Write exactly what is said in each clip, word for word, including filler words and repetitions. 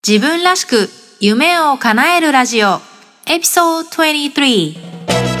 自分らしく夢を叶えるラジオエピソードにじゅうさん。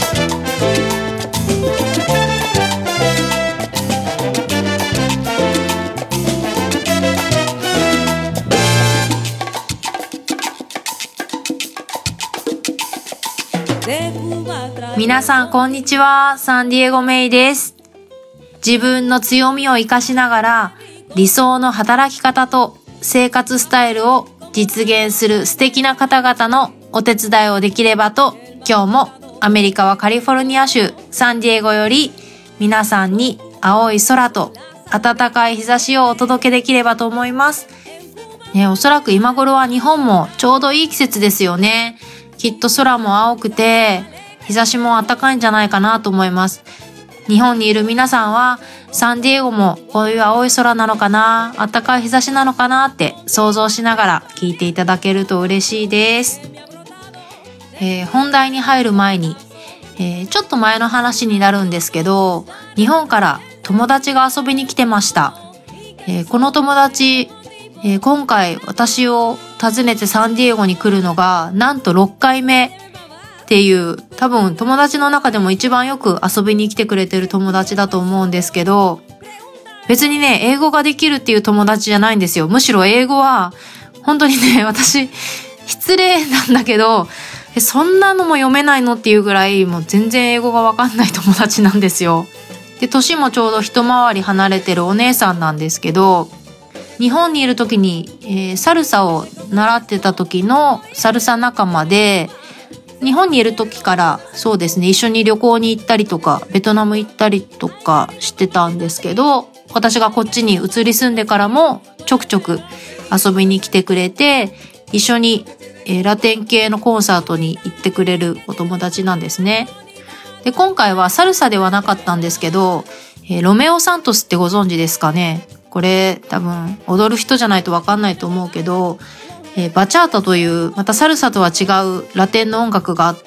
皆さんこんにちは、サンディエゴメイです。自分の強みを生かしながら理想の働き方と生活スタイルを実現する素敵な方々のお手伝いをできればと、今日もアメリカはカリフォルニア州サンディエゴより皆さんに青い空と暖かい日差しをお届けできればと思います。ね、おそらく今頃は日本もちょうどいい季節ですよね。きっと空も青くて日差しも暖かいんじゃないかなと思います。日本にいる皆さんはサンディエゴもこういう青い空なのかな、暖かい日差しなのかなって想像しながら聞いていただけると嬉しいです。えー、本題に入る前に、えー、ちょっと前の話になるんですけど、日本から友達が遊びに来てました。えー、この友達、えー、今回私を訪ねてサンディエゴに来るのがなんとろっかいめっていう、多分友達の中でも一番よく遊びに来てくれてる友達だと思うんですけど、別にね、英語ができるっていう友達じゃないんですよ。むしろ英語は本当にね、私失礼なんだけど、そんなのも読めないのっていうぐらいもう全然英語がわかんない友達なんですよ。で、年もちょうど一回り離れてるお姉さんなんですけど、日本にいる時に、えー、サルサを習ってた時のサルサ仲間で、日本にいる時からそうですね、一緒に旅行に行ったりとかベトナム行ったりとかしてたんですけど、私がこっちに移り住んでからもちょくちょく遊びに来てくれて、一緒に、えー、ラテン系のコンサートに行ってくれるお友達なんですね。で、今回はサルサではなかったんですけど、えー、ロメオサントスってご存知ですかね。これ多分踊る人じゃないとわかんないと思うけど、えー、バチャータというまたサルサとは違うラテンの音楽があって、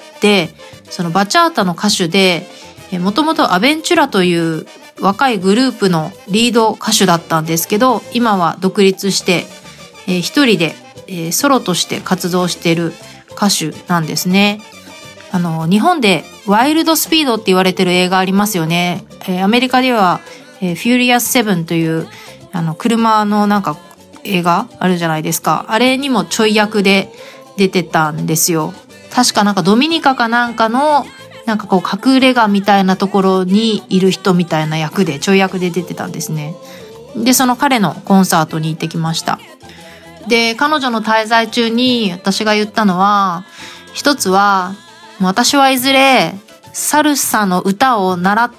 そのバチャータの歌手で、えー、もともとアベンチュラという若いグループのリード歌手だったんですけど、今は独立して、えー、一人で、えー、ソロとして活動している歌手なんですね。あの日本でワイルドスピードって言われてる映画ありますよね。えー、アメリカでは、えー、フューリアスセブンというあの車のなんか映画あるじゃないですか。あれにもちょい役で出てたんですよ。確かなんかドミニカかなんかのなんかこう隠れ家みたいなところにいる人みたいな役でちょい役で出てたんですね。で、その彼のコンサートに行ってきました。で、彼女の滞在中に私が言ったのは、一つは私はいずれサルサの歌を習って、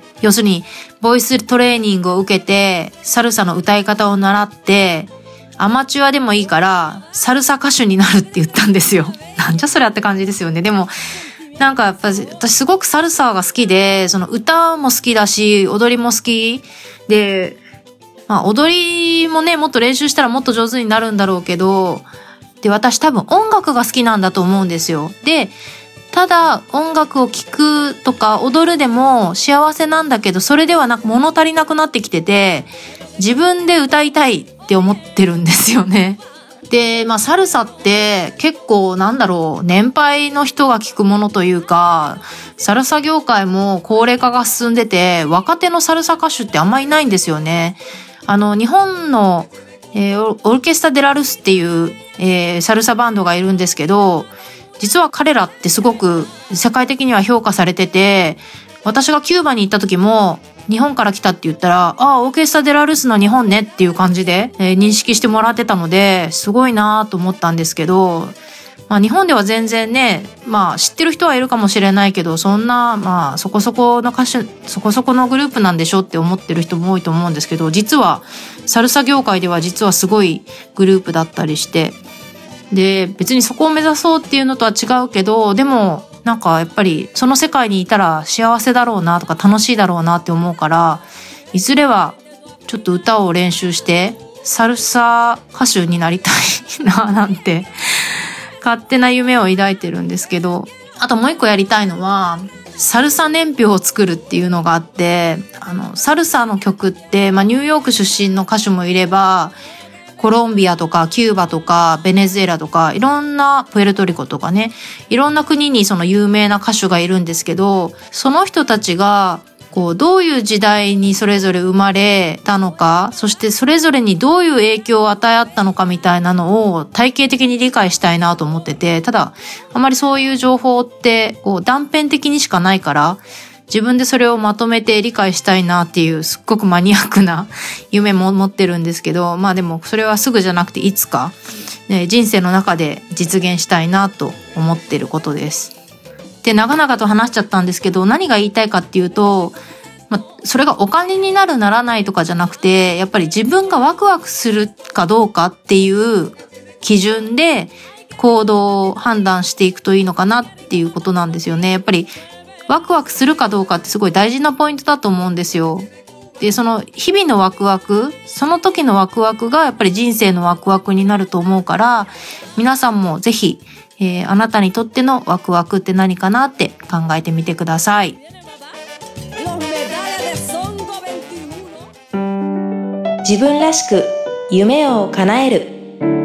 要するにボイストレーニングを受けてサルサの歌い方を習ってアマチュアでもいいからサルサ歌手になるって言ったんですよ。なんじゃそりゃって感じですよね。でもなんかやっぱり私すごくサルサが好きで、その歌も好きだし踊りも好きで、まあ踊りもね、もっと練習したらもっと上手になるんだろうけど、で、私多分音楽が好きなんだと思うんですよ。で、ただ音楽を聴くとか踊るでも幸せなんだけど、それではなんか物足りなくなってきてて、自分で歌いたいって思ってるんですよね。で、まあサルサって結構なんだろう、年配の人が聴くものというか、サルサ業界も高齢化が進んでて、若手のサルサ歌手ってあんまいないんですよね。あの日本の、えー、オルケスタ・デ・ラ・ルスっていう、えー、サルサバンドがいるんですけど、実は彼らってすごく世界的には評価されてて、私がキューバに行った時も日本から来たって言ったら、ああ、オーケストラデラルスの日本ねっていう感じで、えー、認識してもらってたので、すごいなと思ったんですけど、まあ日本では全然ね、まあ知ってる人はいるかもしれないけど、そんな、まあそこそこの歌手、そこそこのグループなんでしょって思ってる人も多いと思うんですけど、実はサルサ業界では実はすごいグループだったりして、で、別にそこを目指そうっていうのとは違うけど、でもなんかやっぱりその世界にいたら幸せだろうなとか楽しいだろうなって思うから、いずれはちょっと歌を練習してサルサ歌手になりたいななんて勝手な夢を抱いてるんですけど、あともう一個やりたいのはサルサ年表を作るっていうのがあって、あのサルサの曲って、まあ、ニューヨーク出身の歌手もいれば、 コロンビアとかキューバとかベネズエラとかいろんなプエルトリコとかね、いろんな国にその有名な歌手がいるんですけど、その人たちがこうどういう時代にそれぞれ生まれたのか、そしてそれぞれにどういう影響を与え合ったのかみたいなのを体系的に理解したいなと思ってて、ただあまりそういう情報ってこう断片的にしかないから、自分でそれをまとめて理解したいなっていうすっごくマニアックな夢も持ってるんですけど、まあでもそれはすぐじゃなくていつか、ね、人生の中で実現したいなと思ってることです。で、長々と話しちゃったんですけど、何が言いたいかっていうと、まあ、それがお金になるならないとかじゃなくて、やっぱり自分がワクワクするかどうかっていう基準で行動を判断していくといいのかなっていうことなんですよね。やっぱりワクワクするかどうかってすごい大事なポイントだと思うんですよ。で、その日々のワクワク、その時のワクワクがやっぱり人生のワクワクになると思うから、皆さんもぜひ、えー、あなたにとってのワクワクって何かなって考えてみてください。 自分らしく夢を叶える。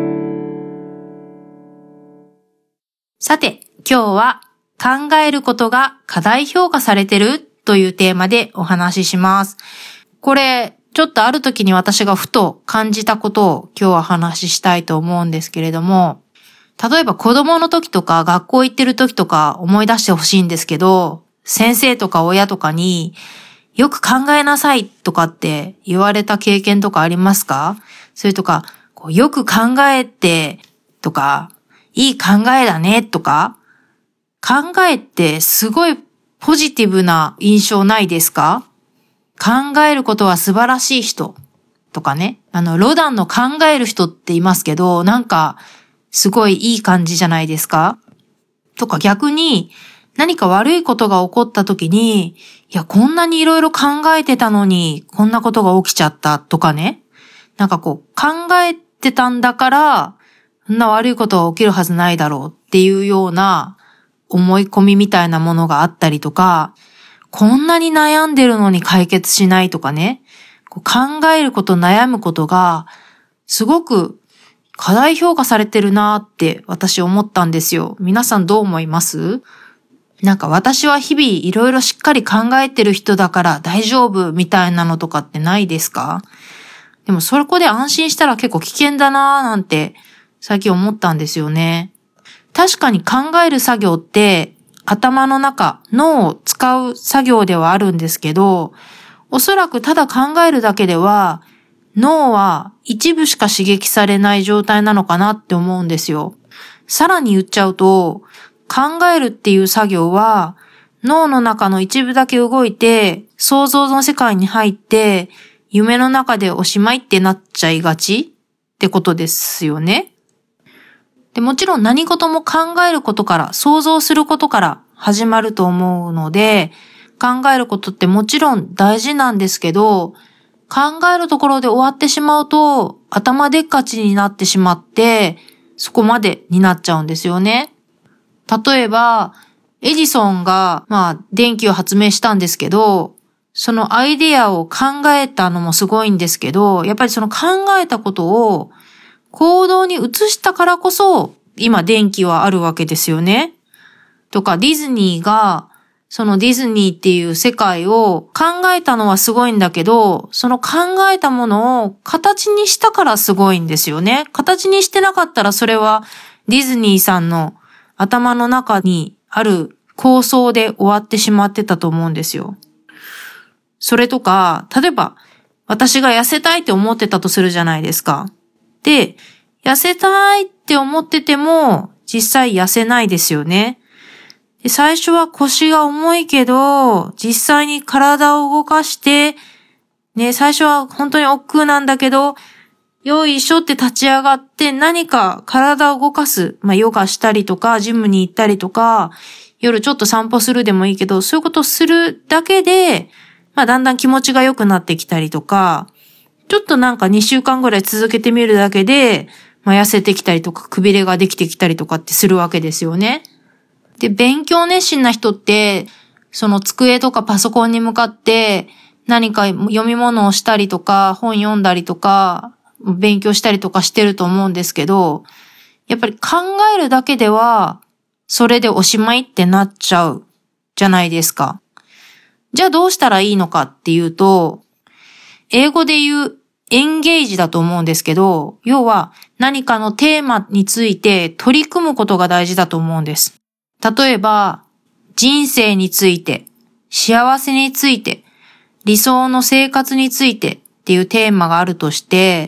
さて、今日は考えることが過大評価されてるというテーマでお話しします。これ、ちょっとある時に私がふと感じたことを今日は話ししたいと思うんですけれども、例えば子供の時とか学校行ってる時とか思い出してほしいんですけど、先生とか親とかによく考えなさいとかって言われた経験とかありますか？それとか、こうよく考えてとか、いい考えだねとか、考えってすごいポジティブな印象ないですか？考えることは素晴らしい人とかね。あの、ロダンの考える人って言いますけど、なんかすごいいい感じじゃないですか？とか逆に何か悪いことが起こった時に、いや、こんなにいろいろ考えてたのにこんなことが起きちゃったとかね。なんかこう考えてたんだから、そんな悪いことが起きるはずないだろうっていうような思い込みみたいなものがあったりとか、こんなに悩んでるのに解決しないとかね、こう考えること、悩むことがすごく過大評価されてるなーって私思ったんですよ。皆さんどう思います？なんか私は日々いろいろしっかり考えてる人だから大丈夫みたいなのとかってないですか？でもそこで安心したら結構危険だなーなんて最近思ったんですよね。確かに考える作業って頭の中、脳を使う作業ではあるんですけど、おそらくただ考えるだけでは脳は一部しか刺激されない状態なのかなって思うんですよ。さらに言っちゃうと、考えるっていう作業は脳の中の一部だけ動いて想像の世界に入って夢の中でおしまいってなっちゃいがちってことですよね。で、もちろん何事も考えることから、想像することから始まると思うので、考えることってもちろん大事なんですけど、考えるところで終わってしまうと、頭でっかちになってしまって、そこまでになっちゃうんですよね。例えば、エジソンが、まあ、電気を発明したんですけど、そのアイデアを考えたのもすごいんですけど、やっぱりその考えたことを、行動に移したからこそ、今電気はあるわけですよね。とか、ディズニーが、そのディズニーっていう世界を考えたのはすごいんだけど、その考えたものを形にしたからすごいんですよね。形にしてなかったらそれはディズニーさんの頭の中にある構想で終わってしまってたと思うんですよ。それとか、例えば私が痩せたいって思ってたとするじゃないですか。で、痩せたいって思ってても、実際痩せないですよね。で、最初は腰が重いけど、実際に体を動かして、ね、最初は本当に億劫なんだけど、よいしょって立ち上がって何か体を動かす。まあ、ヨガしたりとか、ジムに行ったりとか、夜ちょっと散歩するでもいいけど、そういうことをするだけで、まあ、だんだん気持ちが良くなってきたりとか、ちょっとなんかにしゅうかんぐらい続けてみるだけで、まあ、痩せてきたりとか、くびれができてきたりとかってするわけですよね。で、勉強熱心な人って、その机とかパソコンに向かって何か読み物をしたりとか、本読んだりとか、 勉強したりとかしてると思うんですけど、やっぱり考えるだけでは、それでおしまいってなっちゃうじゃないですか。じゃあどうしたらいいのかっていうと、英語で言うエンゲージだと思うんですけど、要は何かのテーマについて取り組むことが大事だと思うんです。例えば、人生について、幸せについて、理想の生活についてっていうテーマがあるとして、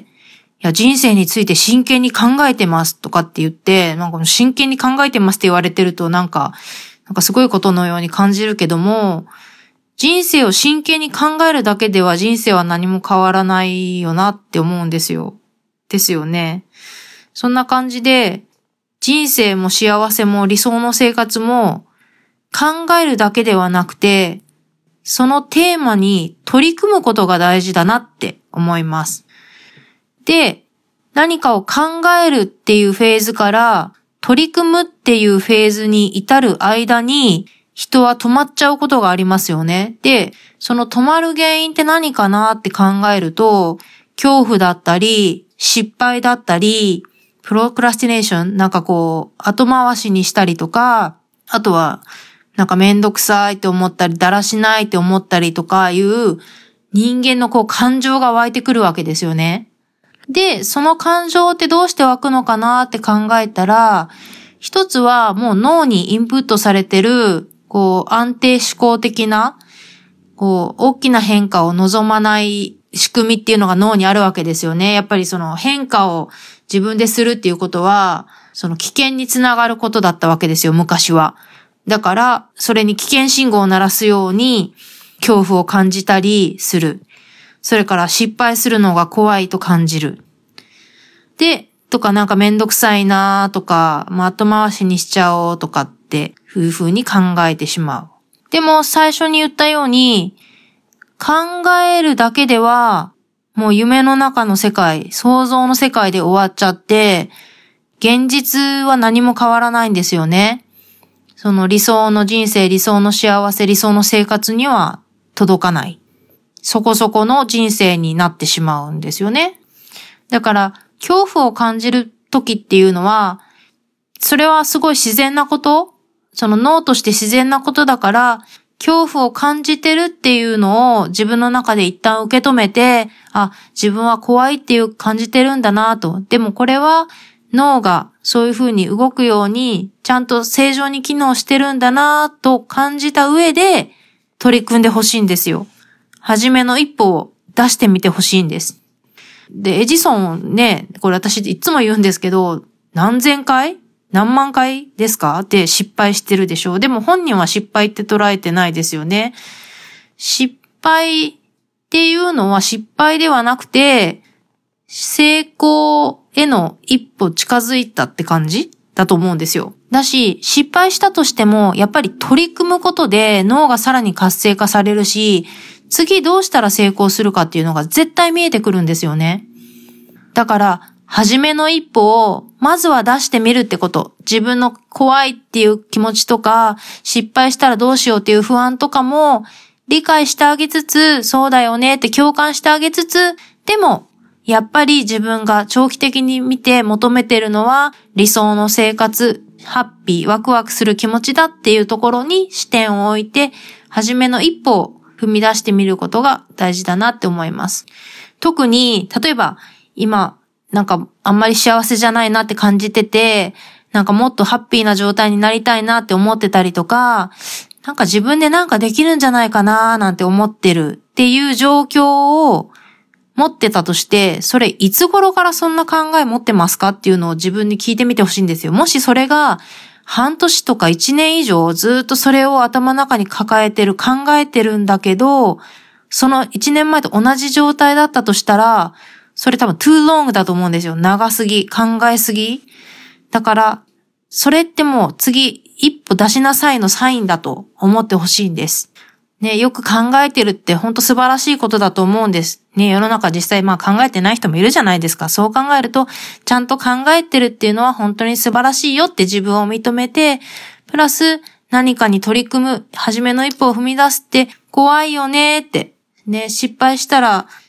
いや、人生について真剣に考えてますとかって言って、なんか真剣に考えてますって言われてるとなんか、なんかすごいことのように感じるけども、人生を真剣に考えるだけでは人生は何も変わらないよなって思うんですよ。ですよね。そんな感じで、人生も幸せも理想の生活も考えるだけではなくて、そのテーマに取り組むことが大事だなって思います。で、何かを考えるっていうフェーズから取り組むっていうフェーズに至る間に人は止まっちゃうことがありますよね。で、その止まる原因って何かなって考えると、恐怖だったり、失敗だったり、プロクラスティネーション、なんかこう、後回しにしたりとか、あとは、なんかめんどくさいって思ったり、だらしないって思ったりとかいう人間のこう感情が湧いてくるわけですよね。で、その感情ってどうして湧くのかなって考えたら、一つはもう脳にインプットされてる、こう安定思考的な、こう大きな変化を望まない仕組みっていうのが脳にあるわけですよね。やっぱりその変化を自分でするっていうことは、その危険につながることだったわけですよ、昔は。だから、それに危険信号を鳴らすように、恐怖を感じたりする。それから失敗するのが怖いと感じる。で、とかなんかめんどくさいなとか、まあ、後回しにしちゃおうとかっていう風に考えてしまう。でも最初に言ったように、考えるだけでは、もう夢の中の世界、想像の世界で終わっちゃって、現実は何も変わらないんですよね。その理想の人生、理想の幸せ、理想の生活には届かない。そこそこの人生になってしまうんですよね。だから、恐怖を感じる時っていうのは、それはすごい自然なこと、その脳として自然なことだから、恐怖を感じてるっていうのを自分の中で一旦受け止めて、あ、自分は怖いっていう感じてるんだなと。でもこれは脳がそういう風に動くように、ちゃんと正常に機能してるんだなと感じた上で取り組んでほしいんですよ。初めの一歩を出してみてほしいんです。で、エジソンね、これ私いつも言うんですけど、何千回何万回ですかって失敗してるでしょう。でも本人は失敗って捉えてないですよね。失敗っていうのは失敗ではなくて、成功への一歩近づいたって感じだと思うんですよ。だし、失敗したとしても、やっぱり取り組むことで脳がさらに活性化されるし、次どうしたら成功するかっていうのが絶対見えてくるんですよね。だから、初めの一歩をまずは出してみるってこと。自分の怖いっていう気持ちとか、失敗したらどうしようっていう不安とかも理解してあげつつ、そうだよねって共感してあげつつ、でも、やっぱり自分が長期的に見て求めてるのは理想の生活、ハッピー、ワクワクする気持ちだっていうところに視点を置いて、初めの一歩を踏み出してみることが大事だなって思います。特に、例えば今、なんかあんまり幸せじゃないなって感じてて、なんかもっとハッピーな状態になりたいなって思ってたりとか、なんか自分でなんかできるんじゃないかななんて思ってるっていう状況を持ってたとして、それいつ頃からそんな考え持ってますかっていうのを自分に聞いてみてほしいんですよ。もしそれが半年とか一年以上ずっとそれを頭の中に抱えてる、考えてるんだけど、その一年前と同じ状態だったとしたら、それ多分 too long だと思うんですよ。長すぎ、考えすぎ。だから、それってもう次一歩出しなさいのサインだと思ってほしいんです。ね、よく考えてるって本当素晴らしいことだと思うんです。ね、世の中実際まあ考えてない人もいるじゃないですか。そう考えると、ちゃんと考えてるっていうのは本当に素晴らしいよって自分を認めて、プラス何かに取り組む、初めの一歩を踏み出すって怖いよねって。ね、失敗したら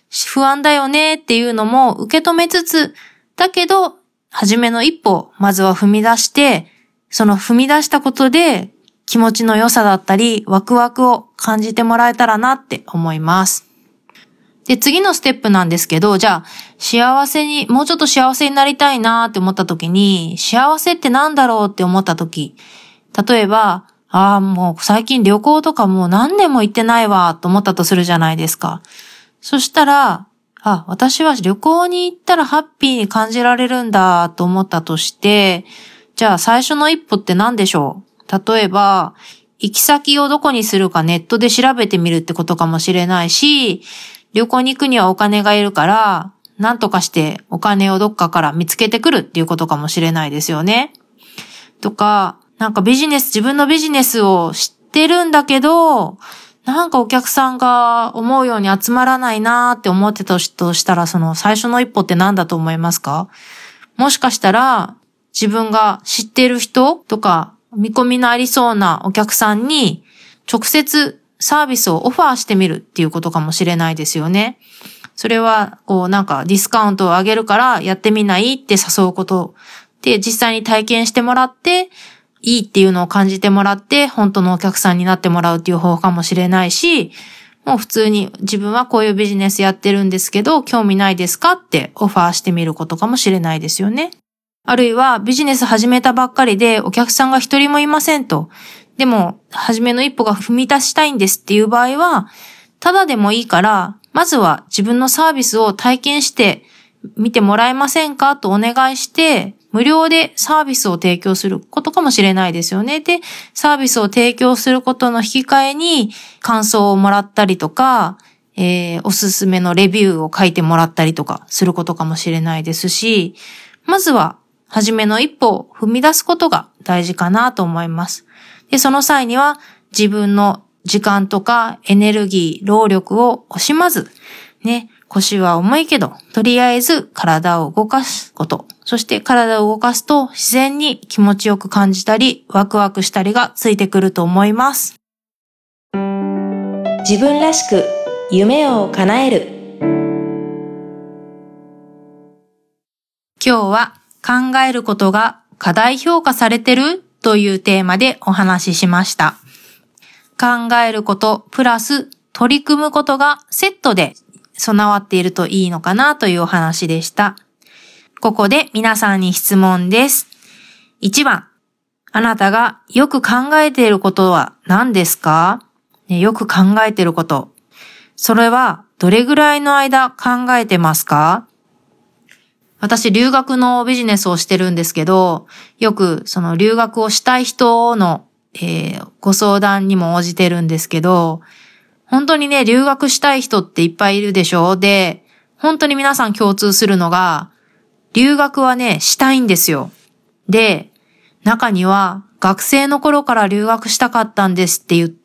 不安だよねっていうのも受け止めつつ、だけど、初めの一歩をまずは踏み出して、その踏み出したことで気持ちの良さだったり、ワクワクを感じてもらえたらなって思います。で、次のステップなんですけど、じゃあ、幸せに、もうちょっと幸せになりたいなって思った時に、幸せってなんだろうって思った時、例えば、ああ、もう最近旅行とかもう何年も行ってないわと思ったとするじゃないですか。そしたら、あ、私は旅行に行ったらハッピーに感じられるんだと思ったとして、じゃあ最初の一歩って何でしょう？例えば、行き先をどこにするかネットで調べてみるってことかもしれないし、旅行に行くにはお金がいるから、何とかしてお金をどっかから見つけてくるっていうことかもしれないですよね。とか、なんかビジネス、自分のビジネスを知ってるんだけど、なんかお客さんが思うように集まらないなーって思ってたとしたら、その最初の一歩って何だと思いますか？もしかしたら、自分が知っている人とか、見込みのありそうなお客さんに直接サービスをオファーしてみるっていうことかもしれないですよね。それは、こうなんかディスカウントを上げるからやってみないって誘うことで、実際に体験してもらって、いいっていうのを感じてもらって、本当のお客さんになってもらうっていう方法かもしれないし、もう普通に自分はこういうビジネスやってるんですけど、興味ないですかってオファーしてみることかもしれないですよね。あるいはビジネス始めたばっかりでお客さんが一人もいませんと。でも、初めの一歩が踏み出したいんですっていう場合は、ただでもいいから、まずは自分のサービスを体験してみてもらえませんかとお願いして、無料でサービスを提供することかもしれないですよね。で、サービスを提供することの引き換えに感想をもらったりとか、えー、おすすめのレビューを書いてもらったりとかすることかもしれないですし、まずは初めの一歩を踏み出すことが大事かなと思います。で、その際には自分の時間とかエネルギー、労力を惜しまず、ね、腰は重いけど、とりあえず体を動かすこと。そして体を動かすと自然に気持ちよく感じたり、ワクワクしたりがついてくると思います。 自分らしく夢を叶える。 今日は考えることが過大評価されてるというテーマでお話ししました。考えることプラス取り組むことがセットで備わっているといいのかなというお話でした。ここで皆さんに質問です。いちばん、あなたがよく考えていることは何ですか？ね、よく考えていること。それはどれぐらいの間考えてますか？私、留学のビジネスをしてるんですけど、よくその留学をしたい人の、えー、ご相談にも応じてるんですけど、本当にね、留学したい人っていっぱいいるでしょ？で、本当に皆さん共通するのが、留学はね、したいんですよ。で、中には学生の頃から留学したかったんですって言って、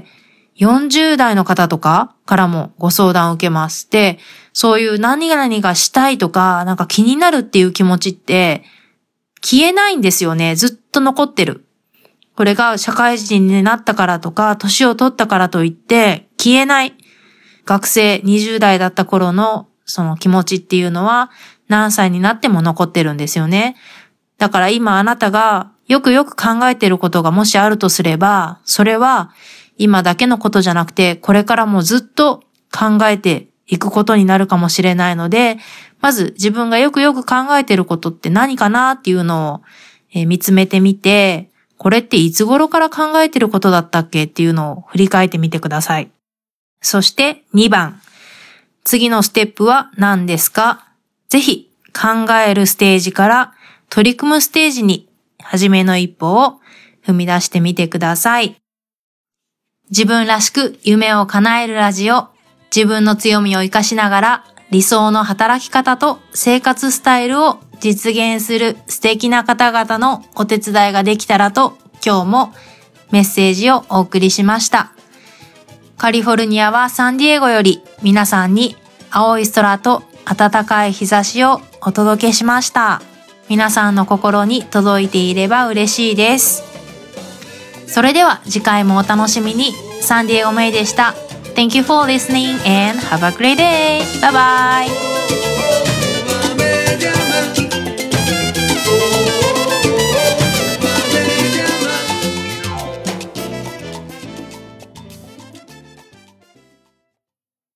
よんじゅう代の方とかからもご相談を受けます。で、そういう何々がしたいとか、なんか気になるっていう気持ちって消えないんですよね。ずっと残ってる。これが社会人になったからとか、年を取ったからといって消えない。学生にじゅう代だった頃のその気持ちっていうのは何歳になっても残ってるんですよね。だから今あなたがよくよく考えていることがもしあるとすれば、それは今だけのことじゃなくて、これからもずっと考えていくことになるかもしれないので、まず自分がよくよく考えていることって何かなっていうのを、えー、見つめてみて、これっていつ頃から考えていることだったっけっていうのを振り返ってみてください。そしてにばん、次のステップは何ですか？ぜひ考えるステージから取り組むステージに初めの一歩を踏み出してみてください。自分らしく夢を叶えるラジオ。自分の強みを生かしながら理想の働き方と生活スタイルを実現する素敵な方々のお手伝いができたらと今日もメッセージをお送りしました。カリフォルニアはサンディエゴより皆さんに青い空と暖かい日差しをお届けしました。皆さんの心に届いていれば嬉しいです。それでは次回もお楽しみに。サンディエゴメイでした。 Thank you for listening and have a great day. Bye bye.